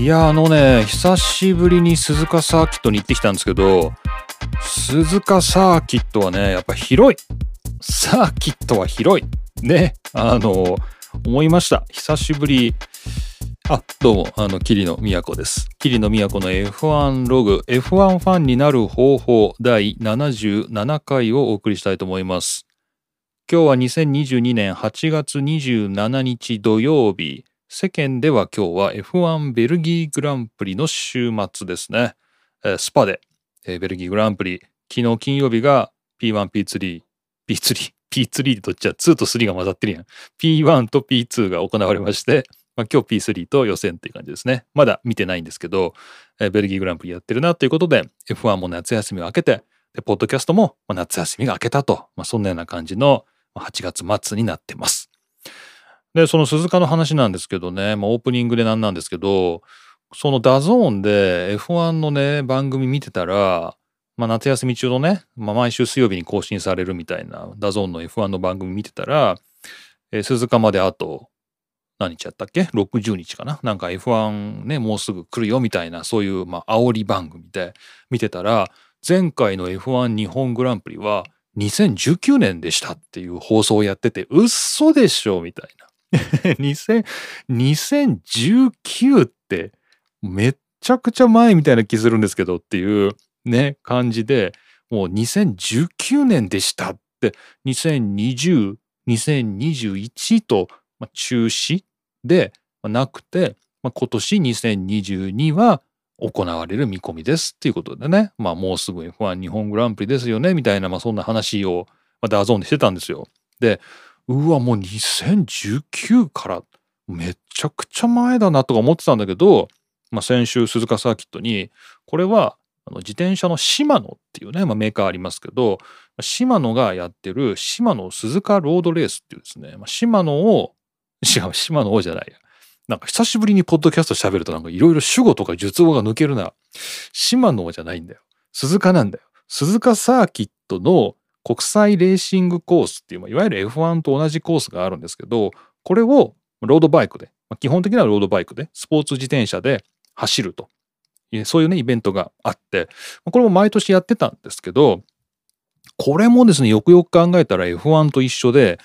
いや久しぶりに鈴鹿サーキットに行ってきたんですけど、鈴鹿サーキットはねやっぱ広い。サーキットは広いね。思いました。久しぶり。どうも桐野都です。桐野都の F1 ログ F1 ファンになる方法第77回をお送りしたいと思います。今日は2022年8月27日土曜日。世間では今日は F1 ベルギーグランプリの週末ですね。スパで、ベルギーグランプリ、昨日金曜日が P1、P3 とっちゃ2と3が混ざってるやん。P1 と P2 が行われまして、今日 P3 と予選っていう感じですね。まだ見てないんですけど、ベルギーグランプリやってるなということで F1 も夏休みを明けて、でポッドキャストも夏休みが明けたと、そんなような感じの8月末になってます。でその鈴鹿の話なんですけどね、オープニングでなんなんですけど、そのダゾーンで F1 のね番組見てたら、夏休み中のね、毎週水曜日に更新されるみたいなダゾーンの F1 の番組見てたら、鈴鹿まであと何日やったっけ、60日かな、なんか F1 ねもうすぐ来るよみたいな、そういう煽り番組で見てたら、前回の F1 日本グランプリは2019年でしたっていう放送をやってて、嘘でしょみたいな。2019ってめっちゃくちゃ前みたいな気するんですけどっていうね感じで、もう2019年でしたって、2020、2021と中止でなくて、今年2022は行われる見込みですっていうことでね、もうすぐ F1 日本グランプリですよねみたいな、そんな話をダゾーンでしてたんですよ。でもう2019からめちゃくちゃ前だなとか思ってたんだけど、先週鈴鹿サーキットに、これは自転車のシマノっていうね、メーカーありますけど、シマノがやってるシマノ鈴鹿ロードレースっていうですね、シマノをじゃないや、なんか久しぶりにポッドキャスト喋るとなんかいろいろ主語とか述語が抜けるな。シマノじゃないんだよ、鈴鹿なんだよ。鈴鹿サーキットの国際レーシングコースっていう、いわゆる F1 と同じコースがあるんですけど、これをロードバイクで、基本的にはロードバイクでスポーツ自転車で走ると、そういうねイベントがあって、これも毎年やってたんですけど、これもですねよくよく考えたら F1 と一緒で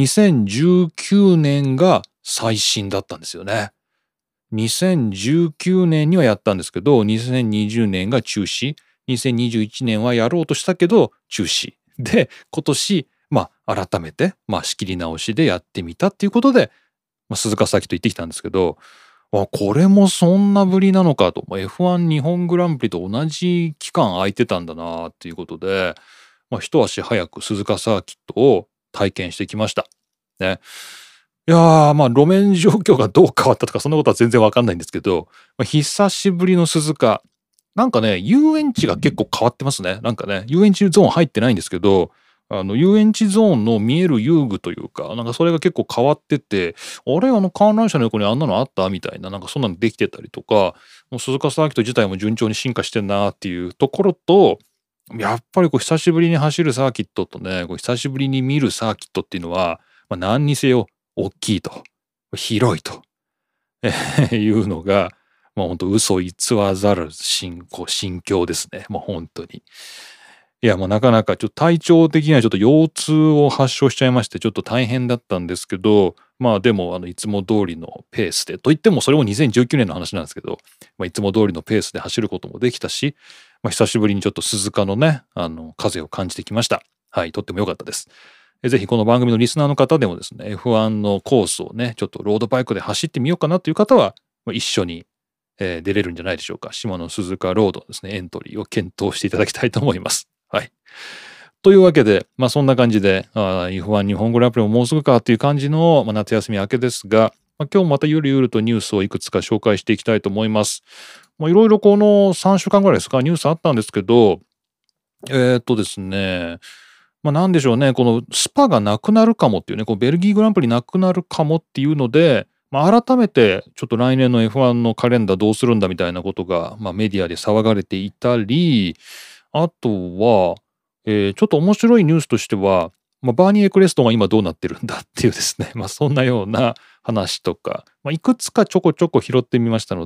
2019年が最新だったんですよね。2019年にはやったんですけど、2020年が中止、2021年はやろうとしたけど中止で、今年改めて仕切り直しでやってみたっていうことで、鈴鹿サーキット行ってきたんですけど、これもそんなぶりなのかと、F1 日本グランプリと同じ期間空いてたんだなっていうことで、一足早く鈴鹿サーキットを体験してきましたね。いやー、路面状況がどう変わったとかそんなことは全然わかんないんですけど、久しぶりの鈴鹿、なんかね遊園地が結構変わってますね。なんかね遊園地ゾーン入ってないんですけど、遊園地ゾーンの見える遊具というか、なんかそれが結構変わってて、あれ観覧車の横にあんなのあったみたいな、なんかそんなのできてたりとか、もう鈴鹿サーキット自体も順調に進化してんなっていうところと、やっぱり久しぶりに走るサーキットとね、久しぶりに見るサーキットっていうのは、何にせよ大きいと広いというのが、本当嘘偽らざる心境ですね。本当に。いやなかなかちょっと体調的にはちょっと腰痛を発症しちゃいまして、ちょっと大変だったんですけど、でもいつも通りのペースでといってもそれも2019年の話なんですけど、いつも通りのペースで走ることもできたし、久しぶりにちょっと鈴鹿のね風を感じてきました。はい、とっても良かったです。ぜひこの番組のリスナーの方でもですね F1 のコースをねちょっとロードバイクで走ってみようかなという方は、一緒に出れるんじゃないでしょうか。島の鈴鹿ロードですねエントリーを検討していただきたいと思います。はい。というわけで、そんな感じで、F1 日本グランプリももうすぐかという感じの、夏休み明けですが、今日またゆるゆるとニュースをいくつか紹介していきたいと思います。いろいろこの3週間ぐらいですか、ニュースあったんですけど、ですね、なんでしょうね、このスパがなくなるかもっていうね、このベルギーグランプリなくなるかもっていうので、改めてちょっと来年の F1 のカレンダーどうするんだみたいなことが、メディアで騒がれていたり、あとは、ちょっと面白いニュースとしては、バーニー・エクレストンは今どうなってるんだっていうですね、そんなような話とか、いくつかちょこちょこ拾ってみましたので、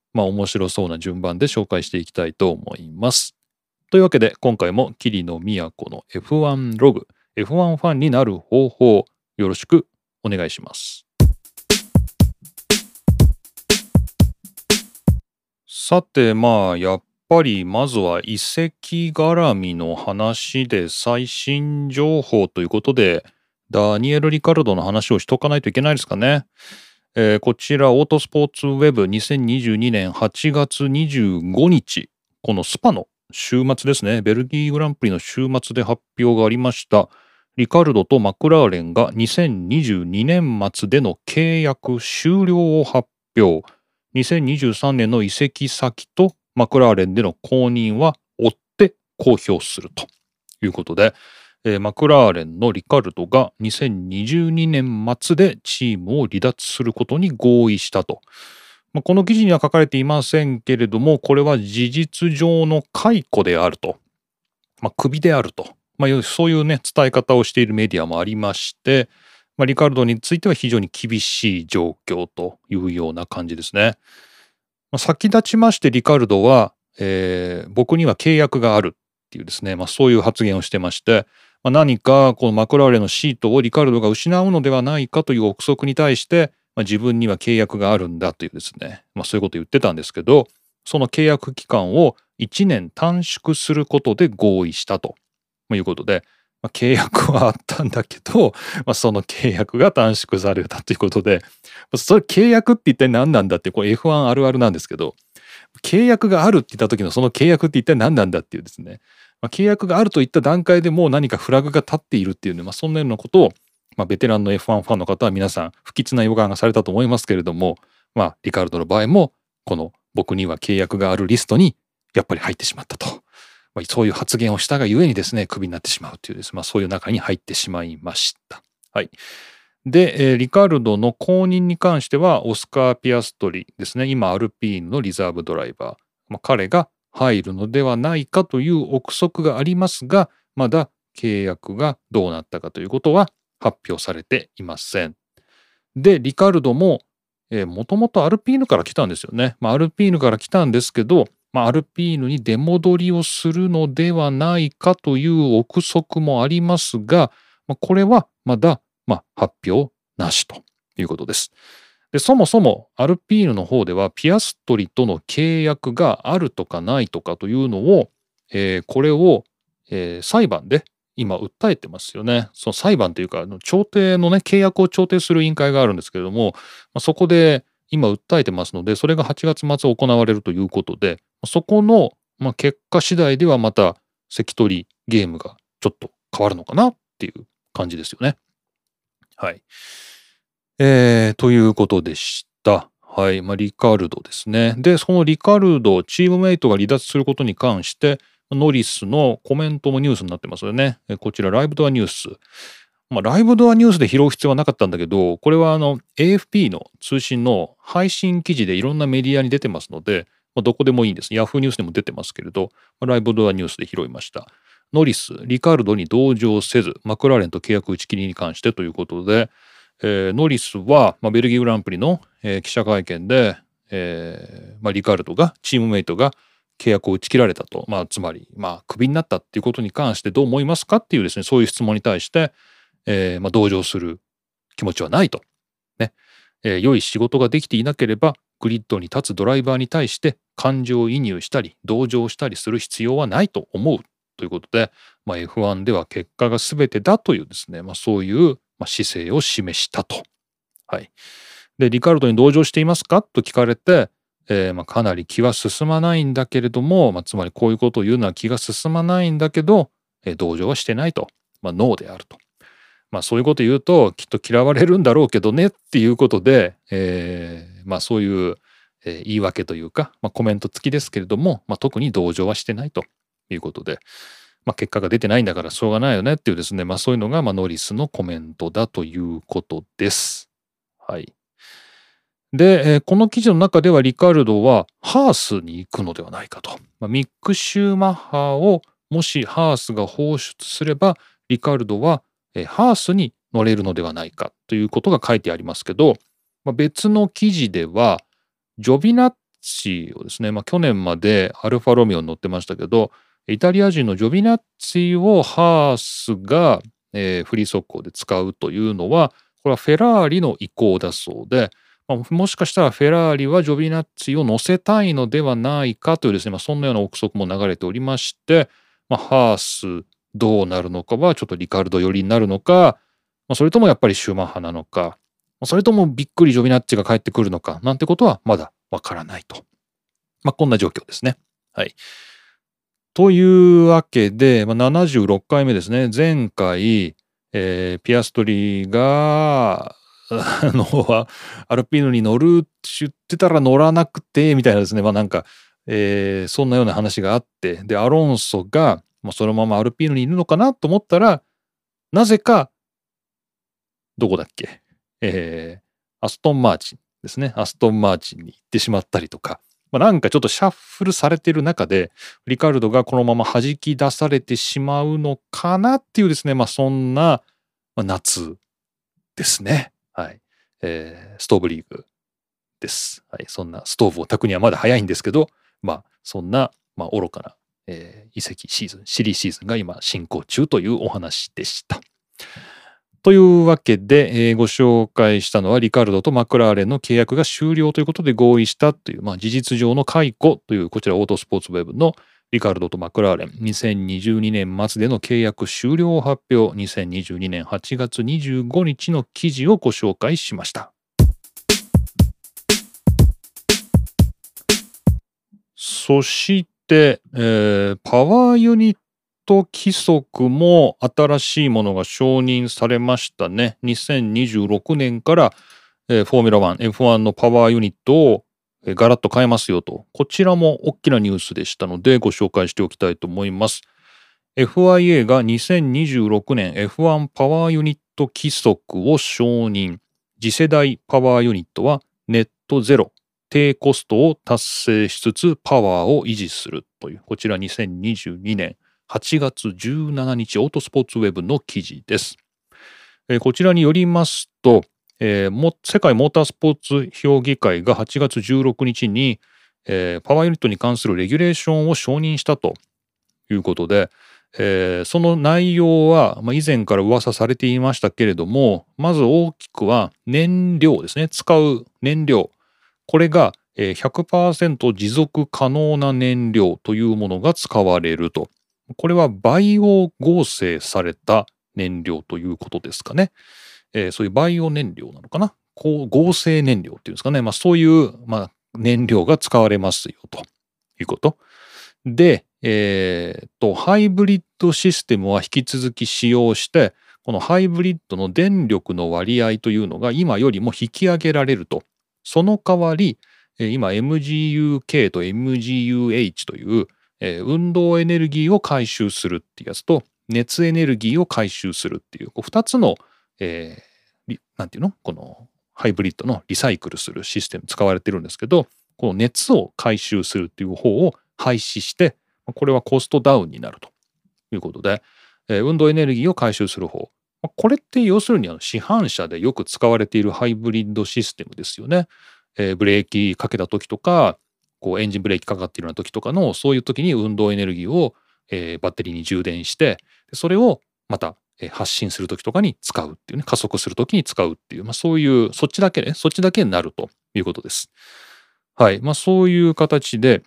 面白そうな順番で紹介していきたいと思います。というわけで今回も桐野都の F1 ログ、F1 ファンになる方法、よろしくお願いします。さてやっぱりまずは移籍絡みの話で最新情報ということでダニエル・リカルドの話をしとかないといけないですかね。こちらオートスポーツウェブ2022年8月25日、このスパの週末ですね、ベルギーグランプリの週末で発表がありました。リカルドとマクラーレンが2022年末での契約終了を発表。2023年の移籍先とマクラーレンでの後任は追って公表するということで、マクラーレンのリカルドが2022年末でチームを離脱することに合意したと。この記事には書かれていませんけれども、これは事実上の解雇であると。クビであると。そういうね、伝え方をしているメディアもありまして、リカルドについては非常に厳しい状況というような感じですね。先立ちましてリカルドは、僕には契約があるっていうですね、そういう発言をしてまして、何かこのマクラーレンのシートをリカルドが失うのではないかという憶測に対して、自分には契約があるんだというですね、そういうことを言ってたんですけど、その契約期間を1年短縮することで合意したということで、契約はあったんだけど、その契約が短縮されたということで、それ契約って一体何なんだって、これ F1 あるあるなんですけど、契約があるって言った時のその契約って一体何なんだっていうですね、契約があるといった段階でもう何かフラグが立っているっていうね、そんなようなことを、ベテランの F1 ファンの方は皆さん不吉な予感がされたと思いますけれども、リカルドの場合もこの僕には契約があるリストにやっぱり入ってしまったと。そういう発言をしたがゆえにですね、クビになってしまうというですね、そういう中に入ってしまいました。はい。で、リカルドの後任に関してはオスカー・ピアストリですね、今アルピーヌのリザーブドライバー、彼が入るのではないかという憶測がありますが、まだ契約がどうなったかということは発表されていません。で、リカルドももともとアルピーヌから来たんですよね。アルピーヌから来たんですけど、アルピーヌに出戻りをするのではないかという憶測もありますが、これはまだ発表なしということです。で、そもそもアルピーヌの方ではピアストリとの契約があるとかないとかというのを、これを、裁判で今訴えてますよね。その裁判というか調停のね、契約を調停する委員会があるんですけれども、そこで今訴えてますので、それが8月末行われるということで、そこの結果次第ではまた関取ゲームがちょっと変わるのかなっていう感じですよね。はい。ということでした。はい。リカルドですね。で、そのリカルド、チームメイトが離脱することに関して、ノリスのコメントもニュースになってますよね。こちら、ライブドアニュース。ライブドアニュースで拾う必要はなかったんだけど、これはAFP の通信の配信記事でいろんなメディアに出てますので、どこでもいいんです。ヤフーニュースでも出てますけれど、ライブドアニュースで拾いました。ノリス、リカルドに同情せず、マクラーレンと契約打ち切りに関してということで、ノリスは、ベルギーグランプリの、記者会見で、リカルドが、チームメイトが契約を打ち切られたと、つまり、クビになったっていうことに関してどう思いますかっていうですね、そういう質問に対して、同情する気持ちはないと。ね。良い仕事ができていなければ、グリッドに立つドライバーに対して感情移入したり、同情したりする必要はないと思うということで、F1 では結果が全てだというですね、そういう姿勢を示したと。はい。で、リカルドに同情していますかと聞かれて、かなり気は進まないんだけれども、つまりこういうことを言うのは気が進まないんだけど、同情はしてないと。ノーであると。そういうこと言うときっと嫌われるんだろうけどねっていうことで、そういう、言い訳というか、コメント付きですけれども、特に同情はしてないということで、結果が出てないんだからしょうがないよねっていうですね、そういうのがノリスのコメントだということです。はい。で、この記事の中ではリカルドはハースに行くのではないかと。ミック・シューマッハをもしハースが放出すれば、リカルドはハースに乗れるのではないかということが書いてありますけど、別の記事ではジョビナッチをですね、去年までアルファロメオに乗ってましたけど、イタリア人のジョビナッチをハースが、フリー速攻で使うというのは、これはフェラーリの意向だそうで、もしかしたらフェラーリはジョビナッチを乗せたいのではないかというですね、そんなような憶測も流れておりまして、ハースどうなるのかはちょっとリカルド寄りになるのか、それともやっぱりシューマッハなのか、それともびっくりジョビナッチが帰ってくるのかなんてことはまだわからないと。こんな状況ですね。はい。というわけで、76回目ですね。前回、ピアストリが、アルピーノに乗るって言ってたら乗らなくて、みたいなですね。そんなような話があって、で、アロンソが、そのままアルピーノにいるのかなと思ったら、なぜか、どこだっけ、アストンマーチンですね。アストンマーチンに行ってしまったりとか、なんかちょっとシャッフルされてる中で、リカルドがこのまま弾き出されてしまうのかなっていうですね、そんな、夏ですね。はい。ストーブリーグです。はい。そんなストーブを炊くにはまだ早いんですけど、そんな、愚かな、移籍シーズン、シリーシーズンが今進行中というお話でした。というわけで、ご紹介したのはリカルドとマクラーレンの契約が終了ということで合意したという、事実上の解雇というこちらオートスポーツウェブのリカルドとマクラーレン2022年末での契約終了を発表2022年8月25日の記事をご紹介しました。そして、パワーユニット規則も新しいものが承認されましたね。2026年から、フォーミュラ1、F1 のパワーユニットをガラッと変えますよと。こちらも大きなニュースでしたのでご紹介しておきたいと思います。FIA が2026年 F1 パワーユニット規則を承認。次世代パワーユニットはネットゼロ。低コストを達成しつつパワーを維持するという、こちら2022年8月17日オートスポーツウェブの記事です。こちらによりますと、世界モータースポーツ評議会が8月16日に、パワーユニットに関するレギュレーションを承認したということで、その内容は、以前から噂されていましたけれども、まず大きくは燃料ですね。使う燃料。これが 100% 持続可能な燃料というものが使われると。これはバイオ合成された燃料ということですかね。そういうバイオ燃料なのかな。合成燃料っていうんですかね。そういう、燃料が使われますよということ。で、ハイブリッドシステムは引き続き使用して、このハイブリッドの電力の割合というのが今よりも引き上げられると。その代わり、今 MGU-K と MGU-H という、運動エネルギーを回収するっていうやつと、熱エネルギーを回収するっていう、2つの、なんていうのこのハイブリッドのリサイクルするシステム使われてるんですけど、この熱を回収するっていう方を廃止して、これはコストダウンになるということで、運動エネルギーを回収する方。これって要するに市販車でよく使われているハイブリッドシステムですよね。ブレーキかけた時とか、エンジンブレーキかかっているような時とかの、そういう時に運動エネルギーを、バッテリーに充電して、それをまた、発進する時とかに使うっていうね、加速する時に使うっていう、そういう、そっちだけになるということです。はい。そういう形で、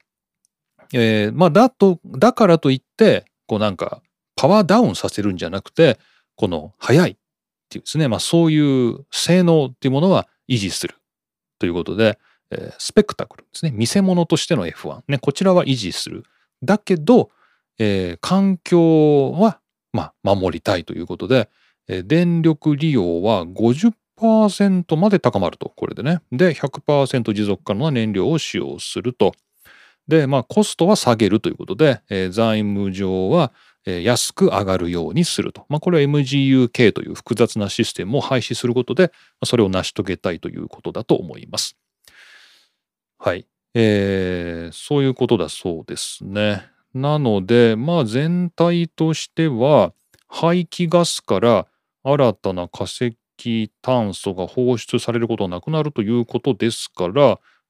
だからといって、なんか、パワーダウンさせるんじゃなくて、この速いっていうですね、そういう性能っていうものは維持するということで、スペクタクルですね。見せ物としての F1。ね、こちらは維持する。だけど、環境は、守りたいということで、電力利用は50%まで高まると。これでね。で、100% 持続可能な燃料を使用すると。で、コストは下げるということで、財務上は、安く上がるようにすると。これは MGU-K という複雑なシステムを廃止することで、それを成し遂げたいということだと思います。はい。そういうことだそうですね。なので、全体としては、排気ガスから新たな化石炭素が放出されることはなくなるということですから、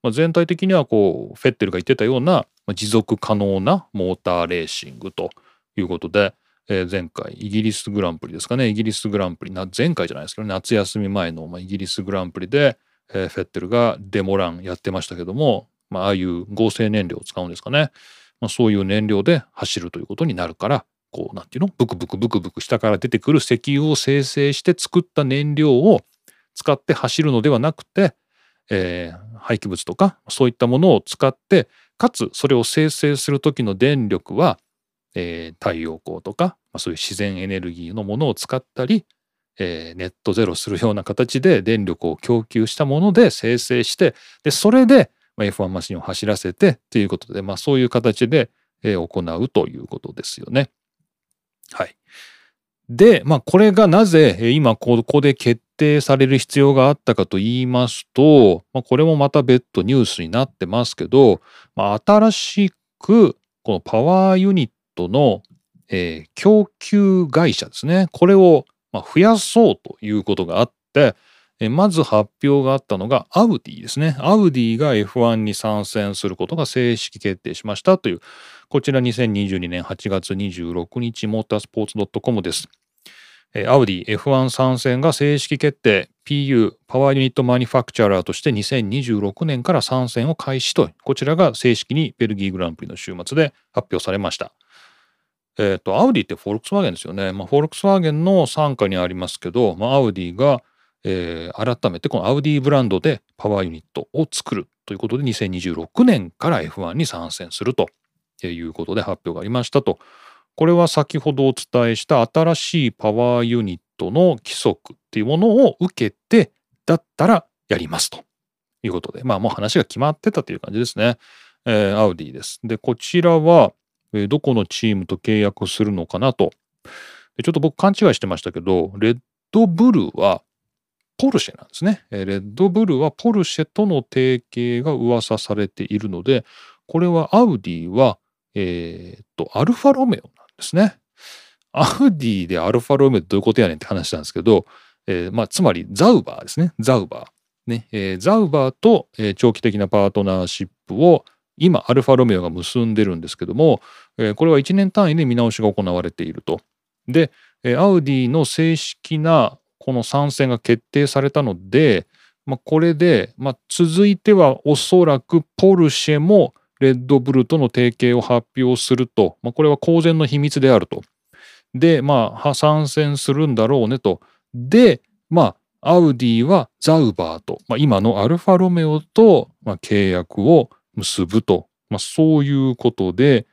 全体的にはこうフェッテルが言ってたような持続可能なモーターレーシングということで、前回イギリスグランプリですかね、イギリスグランプリ前回じゃないですけど、夏休み前のイギリスグランプリで、フェッテルがデモランやってましたけども、ああいう合成燃料を使うんですかね、そういう燃料で走るということになるから、こうなんていうの、ブクブクブクブク下から出てくる石油を生成して作った燃料を使って走るのではなくて、廃棄物とかそういったものを使って、かつそれを生成する時の電力は、太陽光とか、そういう自然エネルギーのものを使ったり、ネットゼロするような形で電力を供給したもので生成して、でそれでF1 マシンを走らせてということで、そういう形で行うということですよね。はい。で、これがなぜ今ここで決定される必要があったかと言いますと、これもまた別途ニュースになってますけど、新しくこのパワーユニットの、供給会社ですね、これを増やそうということがあって、まず発表があったのがアウディですね。アウディが F1 に参戦することが正式決定しましたという、こちら2022年8月26日モータースポーツ .com です。アウディ F1 参戦が正式決定、 PU パワーユニットマニファクチャラーとして2026年から参戦を開始と、こちらが正式にベルギーグランプリの週末で発表されました。アウディってフォルクスワーゲンですよね。フォルクスワーゲンの傘下にありますけど、アウディが、改めてこのアウディブランドでパワーユニットを作るということで2026年から F1 に参戦するということで発表がありましたと。これは先ほどお伝えした新しいパワーユニットの規則っていうものを受けてだったらやりますということで、もう話が決まってたという感じですね。アウディです。で、こちらはどこのチームと契約するのかなと。ちょっと僕勘違いしてましたけど、レッドブルはポルシェなんですね。レッドブルはポルシェとの提携が噂されているので、これはアウディは、アルファロメオなんですね。アウディでアルファロメオってどういうことやねんって話なんですけど、つまりザウバーですね。ザウバー。ね、ザウバーと、長期的なパートナーシップを今アルファロメオが結んでるんですけども、これは1年単位で見直しが行われていると。で、アウディの正式なこの参戦が決定されたので、これで、続いてはおそらくポルシェもレッドブルとの提携を発表すると、これは公然の秘密であると。で、参戦するんだろうねと。で、アウディはザウバーと、今のアルファロメオと、契約を結ぶと、そういうことで、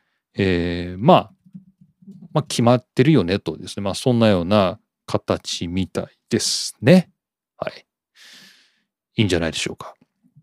決まってるよねとですね、そんなような形みたいですね。はい。いいんじゃないでしょうか。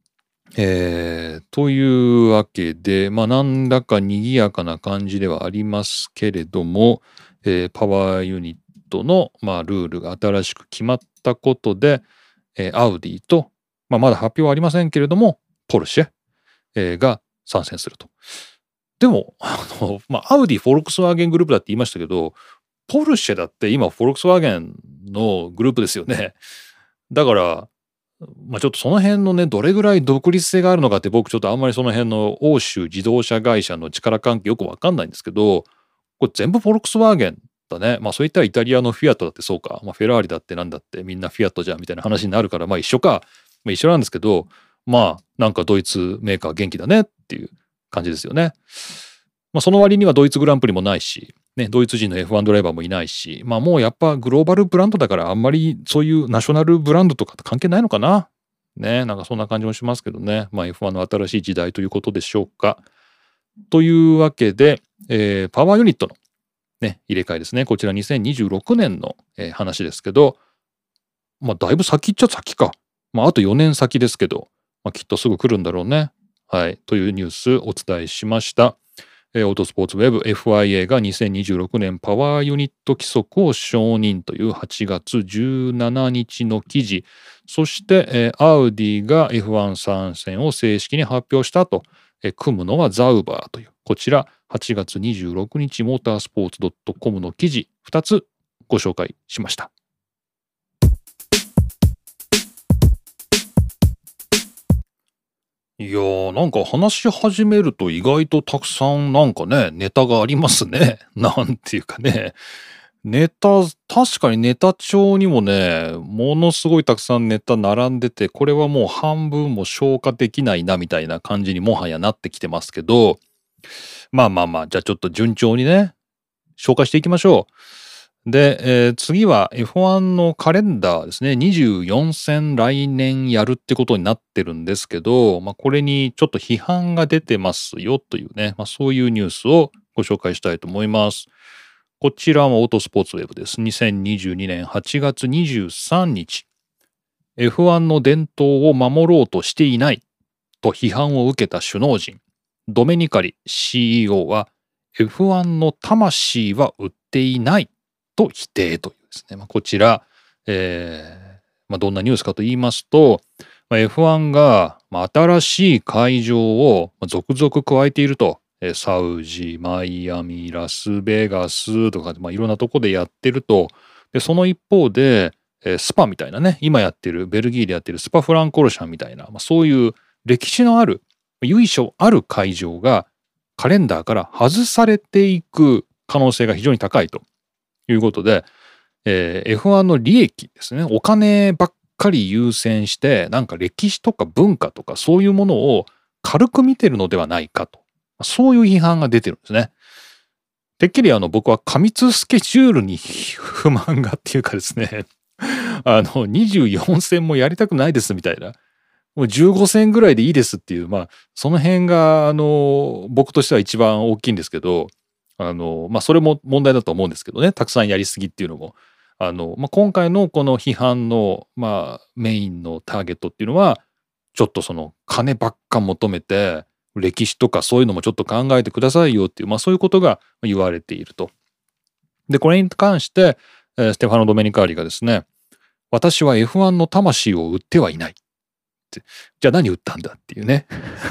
というわけで、なんだか賑やかな感じではありますけれども、パワーユニットの、ルールが新しく決まったことで、アウディと、まだ発表はありませんけれども、ポルシェ、が参戦すると。でも、アウディ、フォルクスワーゲングループだって言いましたけど、ポルシェだって今フォルクスワーゲンのグループですよね。だから、ちょっとその辺のね、どれぐらい独立性があるのかって僕ちょっとあんまりその辺の欧州自動車会社の力関係よくわかんないんですけど、これ全部フォルクスワーゲンだね。そういったらイタリアのフィアットだってそうか。フェラーリだってなんだってみんなフィアットじゃんみたいな話になるから、一緒か。一緒なんですけど、なんかドイツメーカー元気だねっていう感じですよね。その割にはドイツグランプリもないし、ね、ドイツ人の F1 ドライバーもいないし、もうやっぱグローバルブランドだからあんまりそういうナショナルブランドとかって関係ないのかな。ね、なんかそんな感じもしますけどね。F1 の新しい時代ということでしょうか。というわけで、パワーユニットの、ね、入れ替えですね。こちら2026年の、話ですけど、だいぶ先っちゃ先か。あと4年先ですけど、きっとすぐ来るんだろうね。はい。というニュースお伝えしました。オートスポーツウェブ FIA が2026年パワーユニット規則を承認という8月17日の記事、そして、アウディが F1 参戦を正式に発表したと、組むのはザウバーという、こちら8月26日モータースポーツ .com の記事2つご紹介しました。 いやー、なんか話し始めると意外とたくさんなんかね、ネタがありますね。なんていうかね。ネタ、確かにネタ帳にもね、ものすごいたくさんネタ並んでて、これはもう半分も消化できないなみたいな感じにもはやなってきてますけど、まあまあまあ、じゃあちょっと順調にね、紹介していきましょう。で、次は F1 のカレンダーですね。24戦来年やるってことになってるんですけど、まあ、これにちょっと批判が出てますよというね、まあ、そういうニュースをご紹介したいと思います。こちらもオートスポーツウェブです。2022年8月23日。F1 の伝統を守ろうとしていないと批判を受けた首脳陣。ドメニカリ CEO は F1 の魂は売っていないと否定というですね。まあ、こちら、まあ、どんなニュースかと言いますと、まあ、F1 が新しい会場を続々加えていると。サウジ、マイアミ、ラスベガスとか、まあ、いろんなとこでやってると。で、その一方で、スパみたいなね、今やってる、ベルギーでやってるスパフランコルシャンみたいな、まあ、そういう歴史のある、由緒ある会場がカレンダーから外されていく可能性が非常に高いということで、F1 の利益ですね、お金ばっかり優先して、なんか歴史とか文化とかそういうものを軽く見てるのではないかと、そういう批判が出てるんですね。てっきり僕は過密スケジュールに不満がっていうかですね、24戦もやりたくないですみたいな、もう15戦ぐらいでいいですっていう、まあ、その辺が、僕としては一番大きいんですけど、まあ、それも問題だと思うんですけどね、たくさんやりすぎっていうのも。まあ、今回のこの批判の、まあ、メインのターゲットっていうのは、ちょっとその金ばっか求めて、歴史とかそういうのもちょっと考えてくださいよっていう、まあ、そういうことが言われていると。で、これに関して、ステファノ・ドメニカーリがですね、私は F1 の魂を売ってはいない。じゃあ何売ったんだっていうね。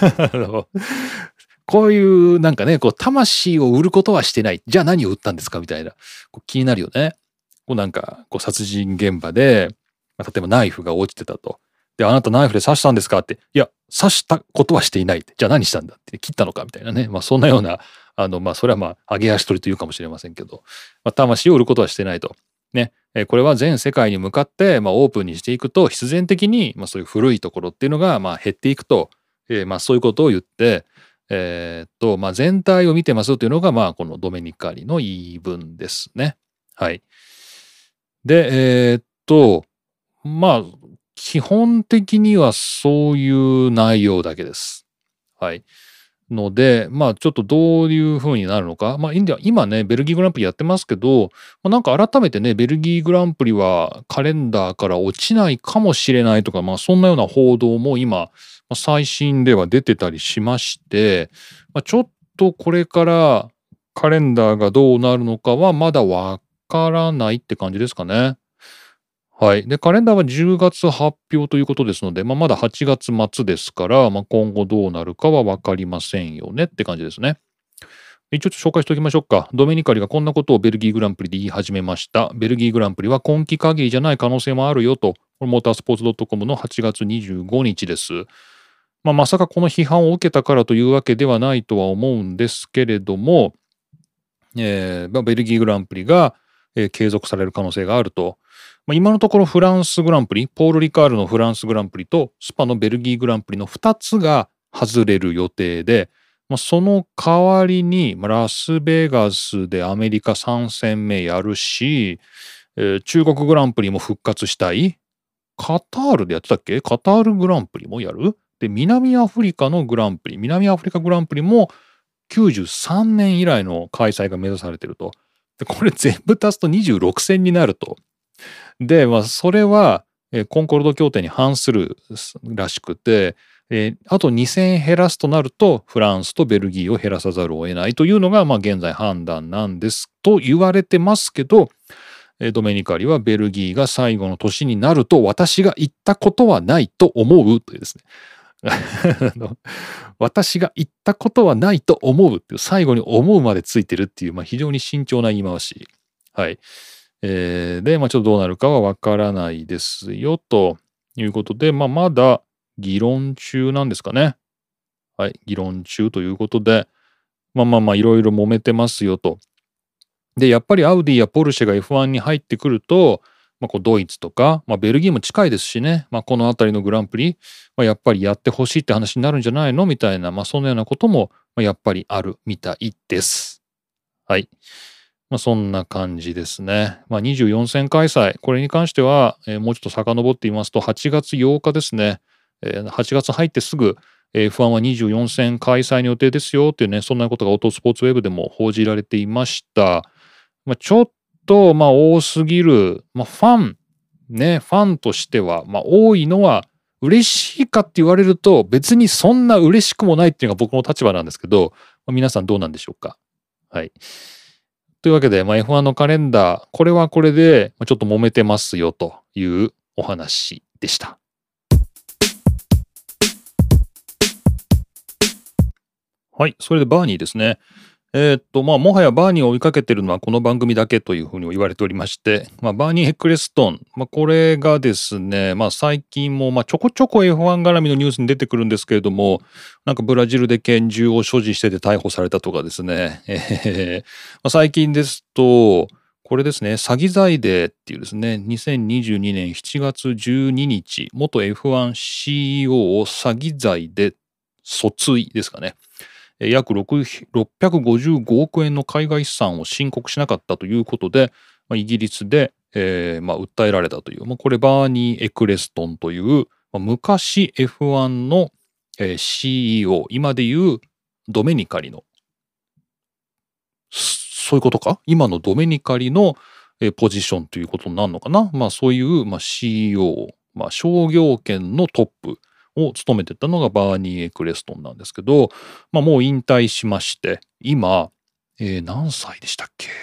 こういうなんかね、こう魂を売ることはしてない。じゃあ何を売ったんですかみたいな。こう気になるよね。こうなんか、こう殺人現場で、まあ、例えばナイフが落ちてたと。で、あなたナイフで刺したんですかって。いや、刺したことはしていないって。じゃあ何したんだって。切ったのかみたいなね。まあそんなような、まあそれはまあ、揚げ足取りというかもしれませんけど、まあ、魂を売ることはしてないと。ね。これは全世界に向かって、まあ、オープンにしていくと必然的に、まあ、そういう古いところっていうのが、まあ、減っていくと、まあ、そういうことを言って、まあ、全体を見てますというのが、まあ、このドメニカリの言い分ですね。はい。で、まあ、基本的にはそういう内容だけです。はい。ので、まあちょっとどういう風になるのか。まあ今ね、ベルギーグランプリやってますけど、なんか改めてね、ベルギーグランプリはカレンダーから落ちないかもしれないとか、まあそんなような報道も今、最新では出てたりしまして、ちょっとこれからカレンダーがどうなるのかはまだわからないって感じですかね。はい。で、カレンダーは10月発表ということですので、まだ8月末ですから、今後どうなるかは分かりませんよねって感じですね。一応紹介しておきましょうか。ドメニカリがこんなことをベルギーグランプリで言い始めました。ベルギーグランプリは今季限りじゃない可能性もあるよと、これモータースポーツ .com の8月25日です。まさかこの批判を受けたからというわけではないとは思うんですけれども、ベルギーグランプリが、継続される可能性があると。今のところフランスグランプリ、ポール・リカールのフランスグランプリとスパのベルギーグランプリの2つが外れる予定で、その代わりにラスベガスでアメリカ3戦目やるし、中国グランプリも復活したい。カタールでやってたっけ？カタールグランプリもやる？で、南アフリカのグランプリ、南アフリカグランプリも93年以来の開催が目指されてると。で、これ全部足すと26戦になると。で、それは、コンコルド協定に反するらしくて、あと2戦減らすとなると、フランスとベルギーを減らさざるを得ないというのが、現在判断なんですと言われてますけど、ドメニカリはベルギーが最後の年になると私が言ったことはないと思うというですね。私が言ったことはないと思うっていう最後に思うまでついてるっていう、非常に慎重な言い回し。はい。で、ちょっとどうなるかはわからないですよということで、まだ議論中なんですかね。 はい、議論中ということで、いろいろ揉めてますよと。で、やっぱりアウディやポルシェが F1 に入ってくると、こうドイツとか、ベルギーも近いですしね、この辺りのグランプリ、やっぱりやってほしいって話になるんじゃないのみたいな、そのようなことも、やっぱりあるみたいです。はい。そんな感じですね。24戦開催。これに関しては、もうちょっと遡ってみますと、8月8日ですね。8月入ってすぐ、F1 は24戦開催の予定ですよっていうね、そんなことがオートスポーツウェブでも報じられていました。ちょっと、多すぎる。ファンとしては、多いのは嬉しいかって言われると、別にそんな嬉しくもないっていうのが僕の立場なんですけど、皆さんどうなんでしょうか。はい。というわけで、F1 のカレンダー、これはこれで、ちょっと揉めてますよというお話でした。はい、それでバーニーですね。もはやバーニーを追いかけてるのはこの番組だけというふうに言われておりまして、バーニー・エクレストン、これがですね、最近もちょこちょこ F1 絡みのニュースに出てくるんですけれども、なんかブラジルで拳銃を所持してて逮捕されたとかですね、最近ですと、これですね、詐欺罪でっていうですね、2022年7月12日、元 F1CEO を詐欺罪で訴追ですかね。約655億円の海外資産を申告しなかったということで、イギリスで、訴えられたという、これバーニー・エクレストンという、昔 F1 の、CEO、今でいうドメニカリの、そういうことか今のドメニカリの、ポジションということになるのかなそういう、CEO、商業圏のトップを務めてたのがバーニー・エクレストンなんですけど、もう引退しまして、今、何歳でしたっけ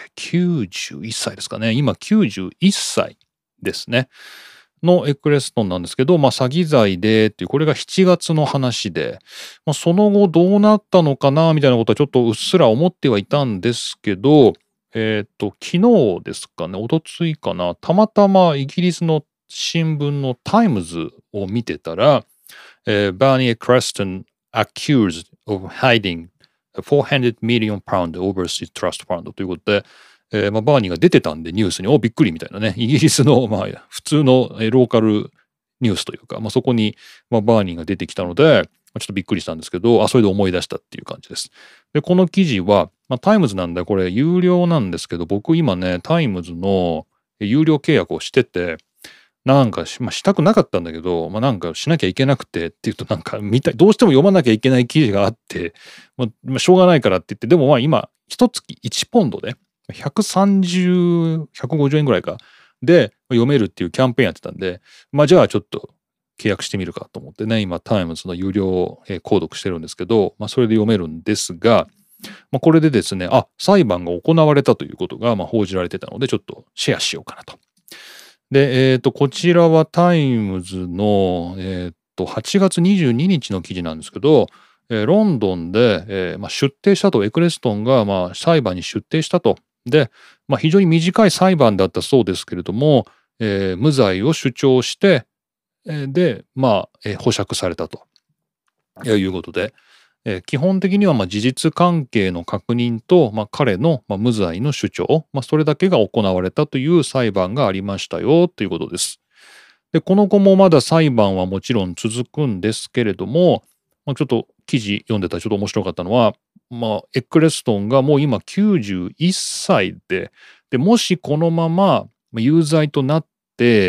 ?91 歳ですかね。今91歳ですね。のエクレストンなんですけど、詐欺罪でっていう、これが7月の話で、その後どうなったのかなみたいなことはちょっとうっすら思ってはいたんですけど、昨日ですかね、おとついかな、たまたまイギリスの新聞のタイムズを見てたら、バーニー・エクレストン accused of hiding $400 million overseas trust fund ということで、バーニーが出てたんでニュースに、びっくりみたいなね、イギリスの、普通のローカルニュースというか、そこに、バーニーが出てきたので、ちょっとびっくりしたんですけど、それで思い出したっていう感じです。で、この記事は、タイムズなんでこれ有料なんですけど、僕今ね、タイムズの有料契約をしてて、なんかしたくなかったんだけど、なんかしなきゃいけなくてっていうとなんかどうしても読まなきゃいけない記事があって、しょうがないからって言って、でも今、一月1ポンドで、130、150円ぐらいか。で、読めるっていうキャンペーンやってたんで、じゃあちょっと契約してみるかと思ってね、今、タイムズの有料購読してるんですけど、それで読めるんですが、これでですね、裁判が行われたということが報じられてたので、ちょっとシェアしようかなと。で、こちらはタイムズの、8月22日の記事なんですけど、ロンドンで、出廷したと、エクレストンが、裁判に出廷したと。で、非常に短い裁判だったそうですけれども、無罪を主張して、で、保釈されたということで、基本的には事実関係の確認と、彼の無罪の主張、それだけが行われたという裁判がありましたよということです。で、この後もまだ裁判はもちろん続くんですけれども、ちょっと記事読んでたらちょっと面白かったのは、エクレストンがもう今91歳で、もしこのまま有罪となって、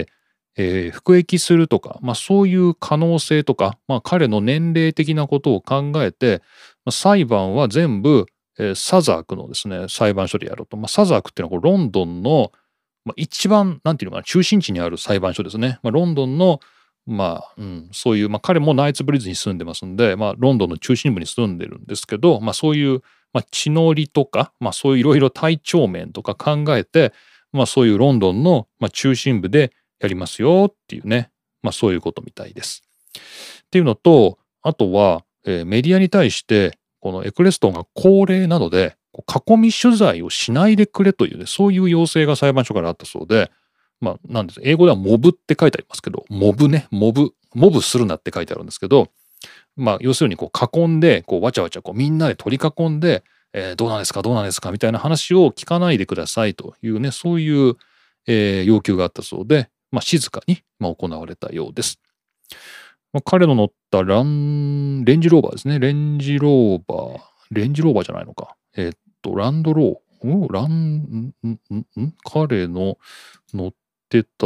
服役するとか、そういう可能性とか、彼の年齢的なことを考えて、裁判は全部、サザークのですね、裁判所でやろうと。サザークっていうのはロンドンの、一番、なんていうのかな、中心地にある裁判所ですね。ロンドンの、そういう、彼もナイツブリッジに住んでますんで、ロンドンの中心部に住んでるんですけど、そういう、地の利とか、そういういろいろ体調面とか考えて、そういうロンドンの、中心部でやりますよっていうね、そういうことみたいです。っていうのと、あとは、メディアに対して、このエクレストンが高齢なので、囲み取材をしないでくれというね、そういう要請が裁判所からあったそうで、なんです。英語ではモブって書いてありますけど、モブするなって書いてあるんですけど、 要するにこう囲んでわちゃわちゃみんなで取り囲んで、どうなんですかどうなんですかみたいな話を聞かないでくださいというね、そういう、要求があったそうで、静かに、行われたようです。彼の乗ったレンジローバーですね。レンジローバーじゃないのか。ランドロー、彼の乗ってた、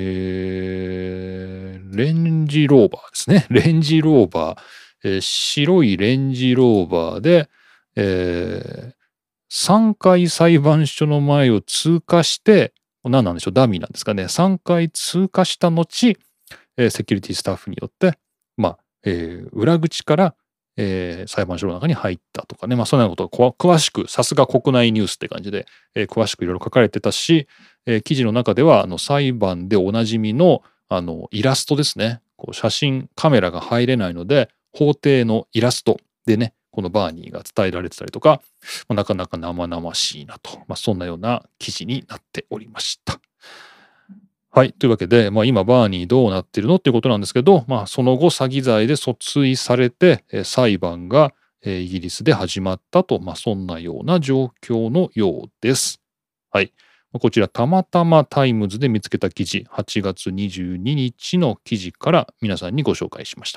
レンジローバーですね。レンジローバー、白いレンジローバーで、3回裁判所の前を通過して、何なんでしょう、ダミーなんですかね。3回通過した後、セキュリティスタッフによって、裏口から、裁判所の中に入ったとかね、そんなことが詳しく、さすが国内ニュースって感じで、詳しくいろいろ書かれてたし、記事の中では裁判でおなじみのイラストですね。写真、カメラが入れないので、法廷のイラストでね、このバーニーが伝えられてたりとか、なかなか生々しいなと、そんなような記事になっておりました。はい。というわけで、今、バーニーどうなってるのっていうことなんですけど、その後、詐欺罪で訴追されて、裁判が、イギリスで始まったと、そんなような状況のようです。はい。こちら、たまたまタイムズで見つけた記事、8月22日の記事から皆さんにご紹介しました。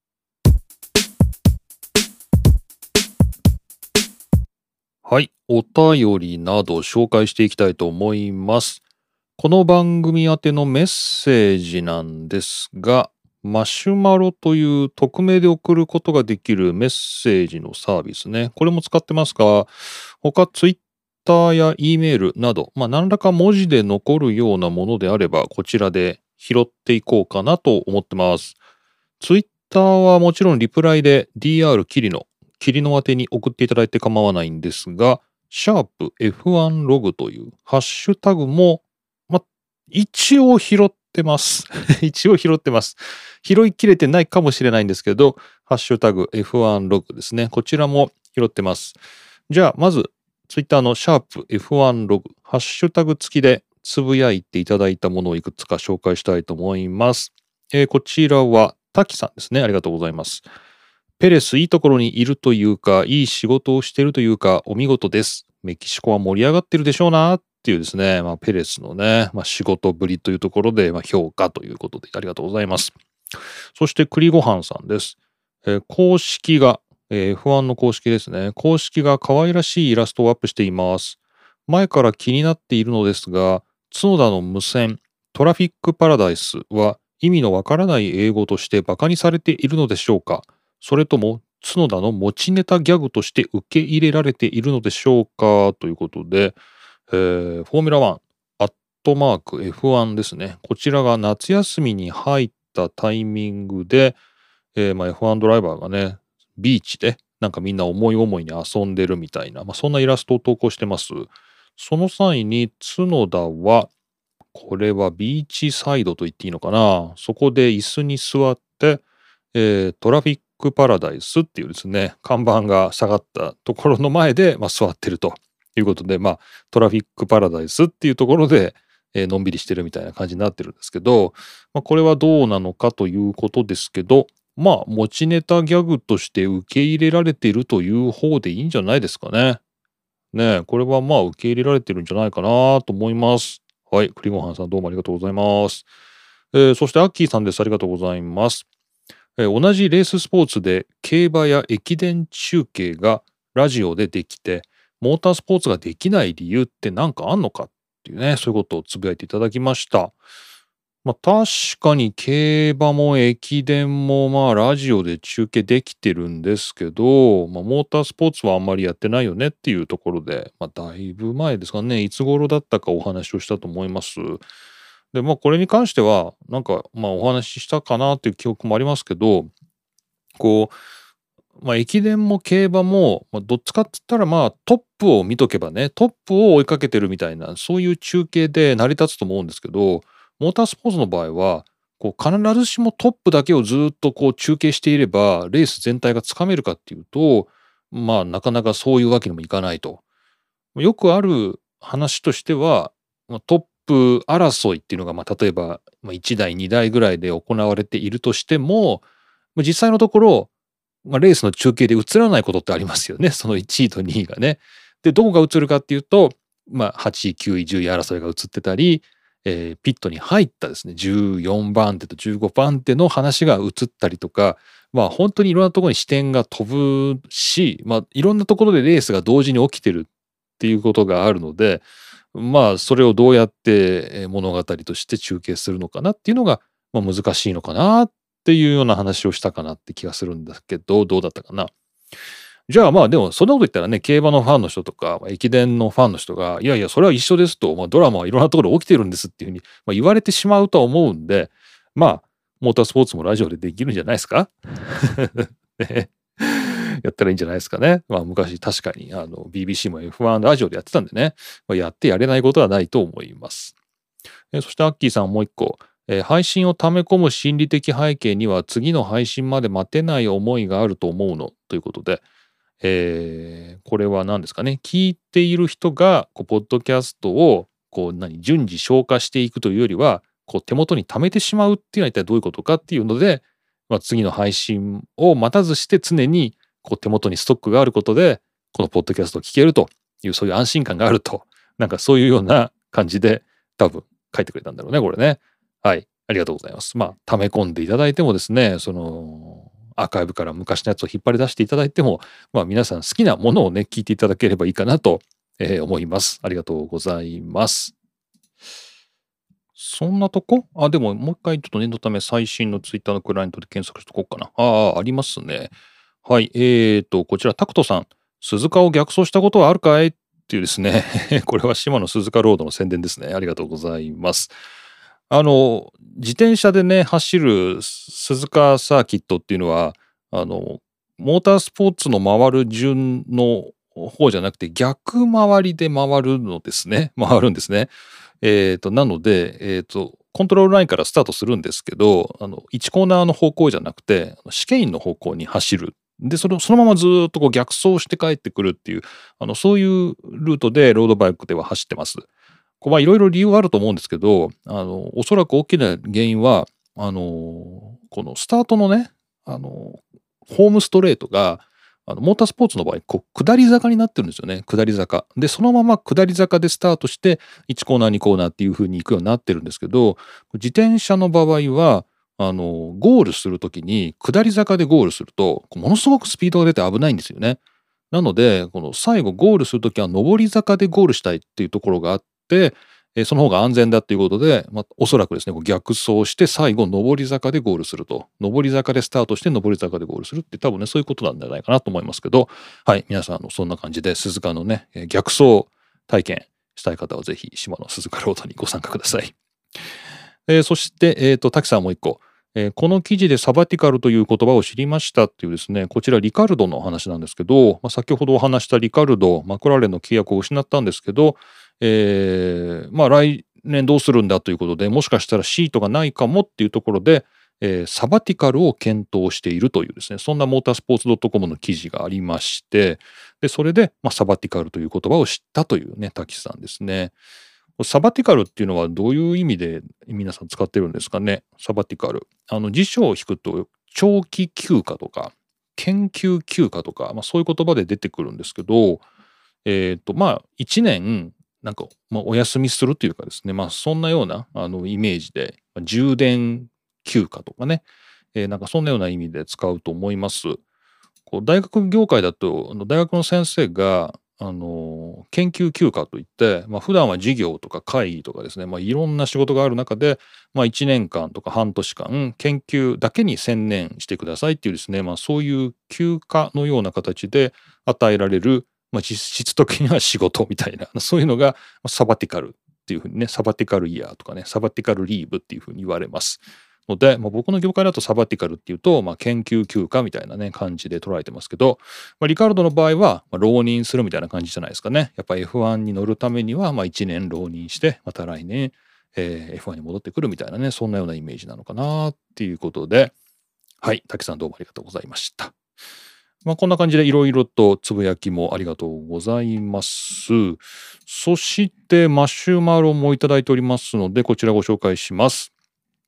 はい。お便りなど紹介していきたいと思います。この番組宛てのメッセージなんですが、マシュマロという匿名で送ることができるメッセージのサービスね。これも使ってますが、他ツイッターや E メールなど、何らか文字で残るようなものであれば、こちらで拾っていこうかなと思ってます。ツイッターはもちろんリプライで DR キリノ宛てに送っていただいて構わないんですが、シャープ F1 ログというハッシュタグも一応拾ってます。一応拾ってます。拾いきれてないかもしれないんですけど、ハッシュタグ F1 ログですね。こちらも拾ってます。じゃあ、まず、ツイッターのシャープ F1 ログ、ハッシュタグ付きでつぶやいていただいたものをいくつか紹介したいと思います。こちらは、滝さんですね。ありがとうございます。ペレスいいところにいるというか、いい仕事をしているというか、お見事です。メキシコは盛り上がってるでしょうなっていうですね、ペレスのね、仕事ぶりというところで、評価ということでありがとうございます。そして栗ごはんさんです。公式が、F1 の公式ですね。公式が可愛らしいイラストをアップしています。前から気になっているのですが、角田の無線、トラフィックパラダイスは意味のわからない英語としてバカにされているのでしょうか？それとも角田の持ちネタギャグとして受け入れられているのでしょうかということで、フォーミュラ1、アットマーク F1 ですね。こちらが夏休みに入ったタイミングで、F1 ドライバーがね、ビーチでなんかみんな思い思いに遊んでるみたいな、そんなイラストを投稿してます。その際に角田は、これはビーチサイドと言っていいのかな。そこで椅子に座って、トラフィックパラダイスっていうですね、看板が下がったところの前で、座ってるということで、トラフィックパラダイスっていうところで、のんびりしてるみたいな感じになってるんですけど、これはどうなのかということですけど、持ちネタギャグとして受け入れられているという方でいいんじゃないですかね。ねえ、これは受け入れられてるんじゃないかなと思います。はい、栗ごはんさんどうもありがとうございます。そしてアッキーさんです。ありがとうございます。同じレーススポーツで競馬や駅伝中継がラジオでできて、モータースポーツができない理由って何かあんのかっていうね、そういうことをつぶやいていただきました。確かに競馬も駅伝もラジオで中継できてるんですけど、モータースポーツはあんまりやってないよねっていうところで、だいぶ前ですかね、いつ頃だったかお話をしたと思います。で、これに関しては、お話ししたかなっていう記憶もありますけど、駅伝も競馬も、どっちかって言ったらトップを見とけばね、トップを追いかけてるみたいな、そういう中継で成り立つと思うんですけど、モータースポーツの場合は、必ずしもトップだけをずっと中継していれば、レース全体がつかめるかっていうと、なかなかそういうわけにもいかないと。よくある話としては、トップ争いっていうのが、例えば、1台2台ぐらいで行われているとしても、実際のところ、 レースの中継で映らないことってありますよね。その1位と2位がね。で、どこが映るかっていうと、8位、9位、10位争いが映ってたり、ピットに入ったですね、14番手と15番手の話が映ったりとか、本当にいろんなところに視点が飛ぶし、いろんなところでレースが同時に起きてるっていうことがあるので、それをどうやって物語として中継するのかなっていうのが、難しいのかなっていうような話をしたかなって気がするんだけど、どうだったかな。じゃあでもそんなこと言ったらね、競馬のファンの人とか、駅伝のファンの人が、いやいや、それは一緒ですと、ドラマはいろんなところで起きてるんですっていうふうに、言われてしまうとは思うんで、モータースポーツもラジオでできるんじゃないですかね、やったらいいんじゃないですかね。昔確かにBBC も F1 ラジオでやってたんでね、やってやれないことはないと思います。そしてアッキーさんもう一個、配信を溜め込む心理的背景には次の配信まで待てない思いがあると思うのということで、これは何ですかね、聞いている人がポッドキャストを順次消化していくというよりは手元に貯めてしまうっていうのは一体どういうことかっていうので、次の配信を待たずして常に手元にストックがあることでこのポッドキャストを聞けるという、そういう安心感があると、そういうような感じで多分書いてくれたんだろうね、これね。はい、ありがとうございます。溜め込んでいただいてもですね、そのアーカイブから昔のやつを引っ張り出していただいても、皆さん好きなものをね、聞いていただければいいかなと、思います。ありがとうございます。そんなとこ？でももう一回ちょっと念のため最新のツイッターのクライアントで検索しとこうかな。ありますね。はい。こちらタクトさん。鈴鹿を逆走したことはあるかいっていうですね。これは島の鈴鹿ロードの宣伝ですね。ありがとうございます。自転車でね、走る鈴鹿サーキットっていうのは、モータースポーツの回る順の方じゃなくて逆回りで回るんですね。なので、コントロールラインからスタートするんですけど、1コーナーの方向じゃなくて、試験員の方向に走る。で、そのままずっと逆走して帰ってくるっていう、そういうルートでロードバイクでは走ってます。いろいろ理由はあると思うんですけど、おそらく大きな原因は、このスタートのね、ホームストレートが、モータースポーツの場合、下り坂になってるんですよね。下り坂。で、そのまま下り坂でスタートして、1コーナー、2コーナーっていう風に行くようになってるんですけど、自転車の場合は、ゴールするときに、下り坂でゴールすると、ものすごくスピードが出て危ないんですよね。なので、この最後ゴールするときは、上り坂でゴールしたいっていうところがあって、その方が安全だっていうことで、おそらくですね、逆走して最後上り坂でゴールすると。上り坂でスタートして上り坂でゴールするって多分ね、そういうことなんじゃないかなと思いますけど、はい、皆さんそんな感じで鈴鹿のね、逆走体験したい方はぜひ島の鈴鹿ロードにご参加ください。そして、滝さんもう一個。この記事でサバティカルという言葉を知りましたっていうですね、こちらリカルドの話なんですけど、先ほどお話したリカルド、マクラーレンの契約を失ったんですけど、来年どうするんだということで、もしかしたらシートがないかもっていうところで、サバティカルを検討しているというですね、そんなモータースポーツ .com の記事がありまして、でそれで、サバティカルという言葉を知ったというね、滝さんですね。サバティカルっていうのはどういう意味で皆さん使ってるんですかね。サバティカル。辞書を引くと長期休暇とか研究休暇とか、そういう言葉で出てくるんですけど、1年お休みするというかですね、そんなようなイメージで充電休暇とかね、そんなような意味で使うと思います。大学業界だと大学の先生が研究休暇といって、普段は授業とか会議とかですね、いろんな仕事がある中で、1年間とか半年間研究だけに専念してくださいっていうですね、そういう休暇のような形で与えられる、実質的には仕事みたいな、そういうのがサバティカルっていうふうにね、サバティカルイヤーとかね、サバティカルリーブっていうふうに言われます。ので、僕の業界だとサバティカルっていうと、研究休暇みたいなね、感じで捉えてますけど、リカルドの場合は、浪人するみたいな感じじゃないですかね。やっぱ F1 に乗るためには、1年浪人して、また来年、F1 に戻ってくるみたいなね、そんなようなイメージなのかなっていうことで、はい、滝さんどうもありがとうございました。こんな感じでいろいろとつぶやきもありがとうございます。そしてマシュマロもいただいておりますので、こちらご紹介します。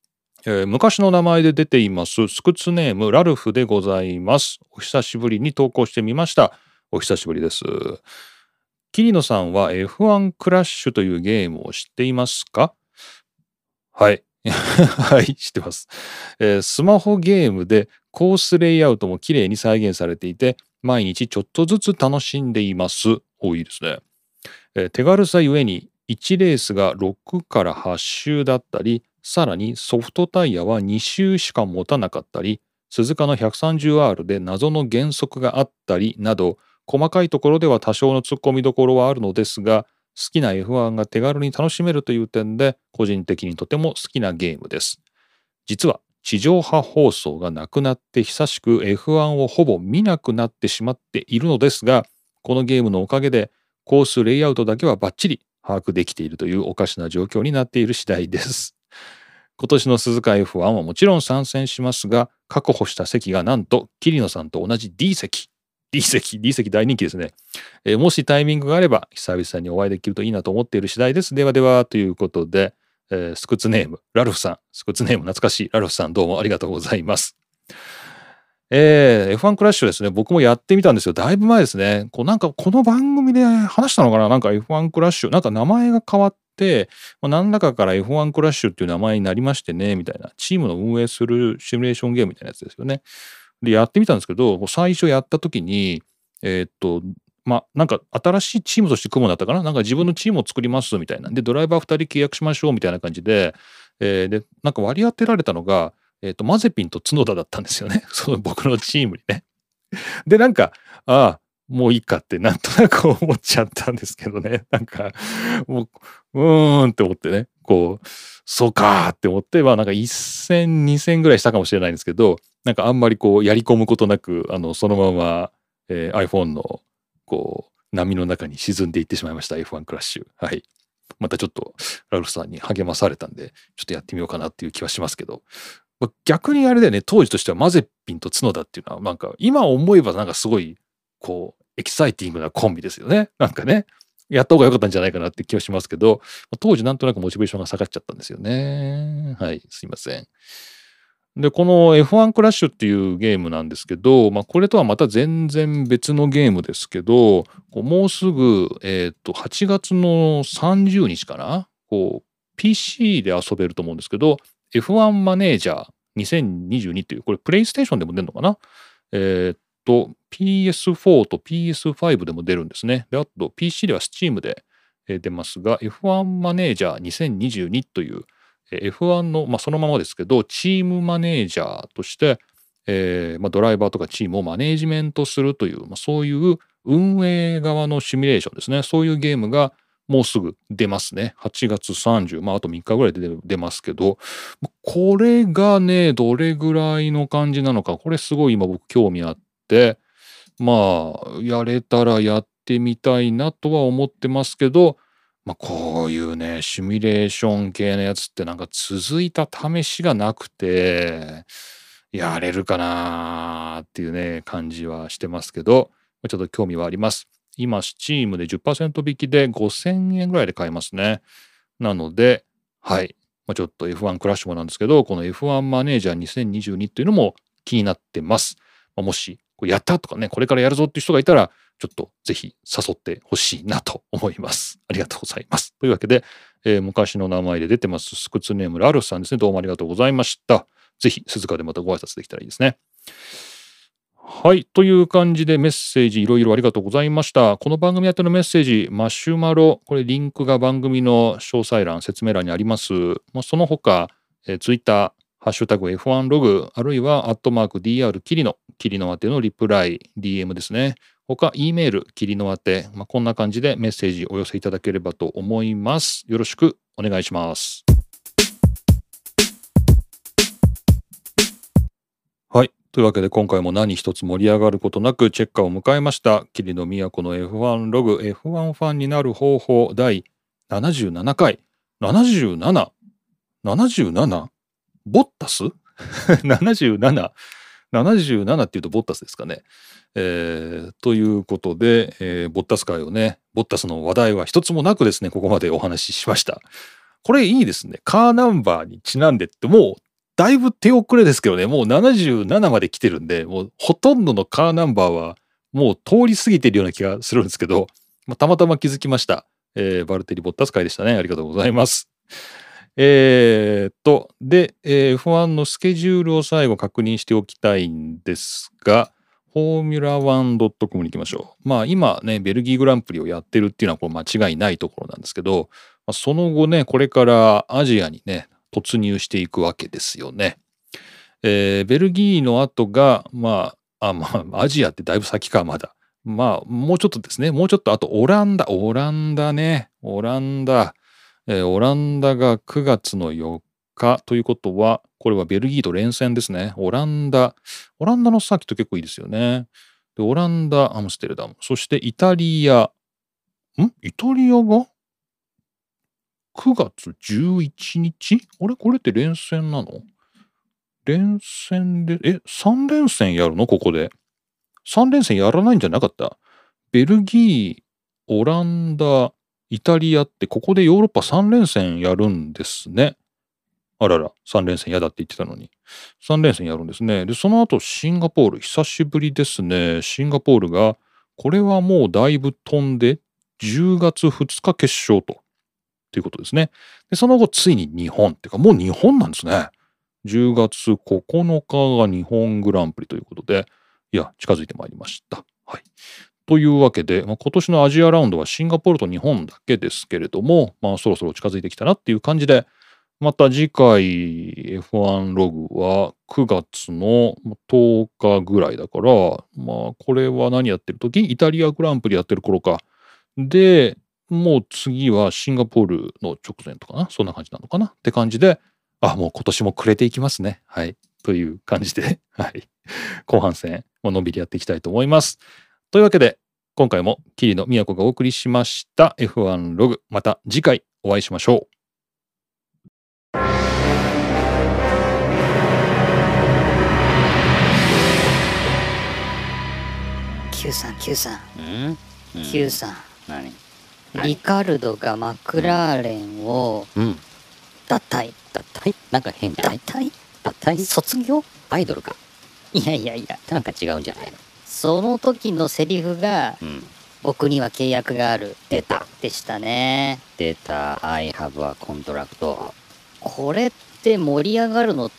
昔の名前で出ていますスクツネームラルフでございます。お久しぶりに投稿してみました。お久しぶりです。桐野さんは F1 クラッシュというゲームを知っていますか？はい。はい、知ってます。スマホゲームでコースレイアウトも綺麗に再現されていて、毎日ちょっとずつ楽しんでいます。多いですね。手軽さゆえに1レースが6から8周だったり、さらにソフトタイヤは2周しか持たなかったり、鈴鹿の 130R で謎の減速があったりなど、細かいところでは多少の突っ込みどころはあるのですが、好きな F1 が手軽に楽しめるという点で、個人的にとても好きなゲームです。実は地上波放送がなくなって久しく F1 をほぼ見なくなってしまっているのですが、このゲームのおかげでコースレイアウトだけはバッチリ把握できているというおかしな状況になっている次第です。今年の鈴鹿 F1 はもちろん参戦しますが、確保した席がなんと桐野さんと同じ D 席。D 席大人気ですね。もしタイミングがあれば久々にお会いできるといいなと思っている次第です。ではではということで、スクツネームラルフさん、スクツネーム懐かしいラルフさん、どうもありがとうございます。F1 クラッシュですね。僕もやってみたんですよ。だいぶ前ですね。なんかこの番組で話したのかな、なんか F1 クラッシュ、なんか名前が変わって、何らかから F1 クラッシュっていう名前になりましてね、みたいな。チームの運営するシミュレーションゲームみたいなやつですよね。で、やってみたんですけど、最初やった時に、なんか新しいチームとして組むんだったかな、なんか自分のチームを作りますみたいな。で、ドライバー2人契約しましょうみたいな感じで、で、なんか割り当てられたのが、マゼピンと角田だったんですよね。その僕のチームにね。で、なんか、ああ、もういいかってなんとなく思っちゃったんですけどね。なんか、もうって思ってね、そうかーって思って、なんか1戦、2戦ぐらいしたかもしれないんですけど、なんかあんまりやり込むことなく、そのまま、iPhone の、波の中に沈んでいってしまいました。F1 クラッシュ。はい。またちょっと、ラルフさんに励まされたんで、ちょっとやってみようかなっていう気はしますけど、逆にあれだよね、当時としてはマゼッピンと角田っていうのは、なんか今思えばなんかすごい、エキサイティングなコンビですよね。なんかね、やった方が良かったんじゃないかなって気はしますけど、当時なんとなくモチベーションが下がっちゃったんですよね。はい、すいません。で、この F1 クラッシュっていうゲームなんですけど、これとはまた全然別のゲームですけど、もうすぐ、8月の30日かな、PC で遊べると思うんですけど、F1 マネージャー2022っていう、これプレイステーションでも出るのかな、PS4 と PS5 でも出るんですね。で、あと PC では Steam で出ますが、F1 マネージャー2022という、F1 の、そのままですけど、チームマネージャーとして、ドライバーとかチームをマネージメントするという、そういう運営側のシミュレーションですね。そういうゲームがもうすぐ出ますね。8月30、あと3日ぐらいで出ますけど、これがね、どれぐらいの感じなのか、これすごい今僕興味あって、やれたらやってみたいなとは思ってますけど、こういうね、シミュレーション系のやつってなんか続いた試しがなくて、やれるかなーっていうね、感じはしてますけど、ちょっと興味はあります。今、Steam で 10% 引きで5000円ぐらいで買えますね。なので、はい。ちょっと F1 クラッシュもなんですけど、この F1 マネージャー2022っていうのも気になってます。もし、やったとかね、これからやるぞっていう人がいたら、ちょっとぜひ誘ってほしいなと思います。ありがとうございます。というわけで、昔の名前で出てます、スクツネームラルフさんですね。どうもありがとうございました。ぜひ、鈴鹿でまたご挨拶できたらいいですね。はい。という感じでメッセージいろいろありがとうございました。この番組宛てのメッセージ、マシュマロ、これリンクが番組の詳細欄、説明欄にあります。その他、ツイッター、ハッシュタグ F1 ログ、あるいはアットマーク DR キリノ宛てのリプライ、DM ですね。他、E メール、キリノ宛て、こんな感じでメッセージお寄せいただければと思います。よろしくお願いします。はい。というわけで今回も何一つ盛り上がることなくチェッカーを迎えました。霧の都の F1 ログ F1 ファンになる方法第77回。77?77? 77? ボッタス ?77? 77っていうとボッタスですかね。ということで、ボッタス会をね、ボッタスの話題は一つもなくですね、ここまでお話ししました。これいいですね。カーナンバーにちなんでってもうだいぶ手遅れですけどね、もう77まで来てるんで、もうほとんどのカーナンバーはもう通り過ぎてるような気がするんですけど、たまたま気づきました。バルテリ・ボッタス回でしたね。ありがとうございます。で、F1 のスケジュールを最後確認しておきたいんですが、フォーミュラ 1.com に行きましょう。今ね、ベルギーグランプリをやってるっていうのはこれ間違いないところなんですけど、その後ね、これからアジアにね、突入していくわけですよね。ベルギーの後が、アジアってだいぶ先か、まだ。もうちょっとですね。もうちょっと、あとオランダね。オランダが9月の4日ということは、これはベルギーと連戦ですね。オランダのサーキット結構いいですよね。で、オランダ、アムステルダム。そしてイタリア。イタリアが9月11日あれこれって連戦なの？連戦で、3連戦やるのここで。3連戦やらないんじゃなかった？ベルギー、オランダ、イタリアってここでヨーロッパ3連戦やるんですね。あらら、3連戦嫌だって言ってたのに。3連戦やるんですね。で、その後シンガポール、久しぶりですね。シンガポールが、これはもうだいぶ飛んで、10月2日決勝ということですね。で、その後ついに日本っていうか、もう日本なんですね。10月9日が日本グランプリということで、いや、近づいてまいりました。はい。というわけで、今年のアジアラウンドはシンガポールと日本だけですけれども、そろそろ近づいてきたなっていう感じで、また次回 F1 ログは9月の10日ぐらいだから、これは何やってる時？イタリアグランプリやってる頃か。で、もう次はシンガポールの直前とかな。そんな感じなのかなって感じで、もう今年も暮れていきますね。はい。という感じで、はい。後半戦、のんびりやっていきたいと思います。というわけで、今回も桐野都がお送りしました F1 ログ。また次回お会いしましょう。 Q さん、 Q さん。 何？ リカルドがマクラーレンを脱退。 なんか変だ。 脱退卒業？ アイドルか。 いや。 なんか違うんじゃないの？ その時のセリフが、僕には契約がある。 出た。 でしたね。 出た。I have a contract。 これって盛り上がるのって、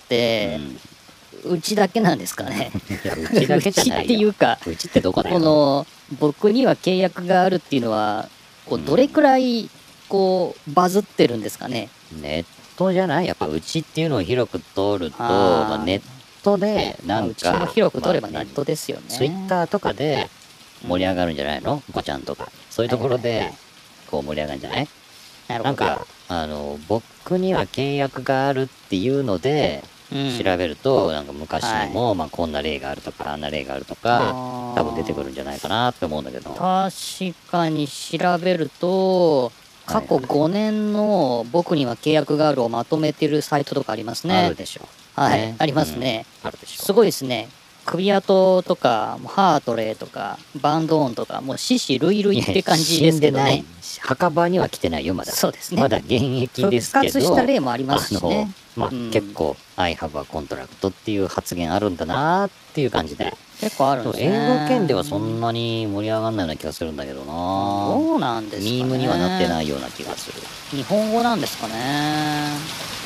うちだけなんですかね。 いや、うちだけじゃないよ。 うちっていうか、 うちってどこだよ。 この僕には契約があるっていうのはどれくらいバズってるんですかね。 ネットじゃない？やっぱうちっていうのを広く取ると、ネットでなんか、 うちも広く取ればネットですよね。 ツイッターとかで盛り上がるんじゃないの？ごちゃんとかそういうところでこう盛り上がるんじゃない？なんか僕には契約があるっていうので調べると、なんか昔にもこんな例があるとかあんな例があるとか多分出てくるんじゃないかなって思うんだけど。 確かに調べると過去5年の僕には契約があるをまとめてるサイトとかありますね。 あるでしょ。 はい、ありますね。 あるでしょ。 すごいですね。首跡とかハートレーとかバンドオンとかもう死死類類って感じですけどね。 墓場には来てないよまだ。 そうですね。 まだ現役ですけど。 復活した例もありますしね。 結構「I have a contract」っていう発言あるんだなっていう感じで。 結構あるんですね。 英語圏ではそんなに盛り上がんないような気がするんだけどな。 そうなんですかね。 ミームにはなってないような気がする。 日本語なんですかね。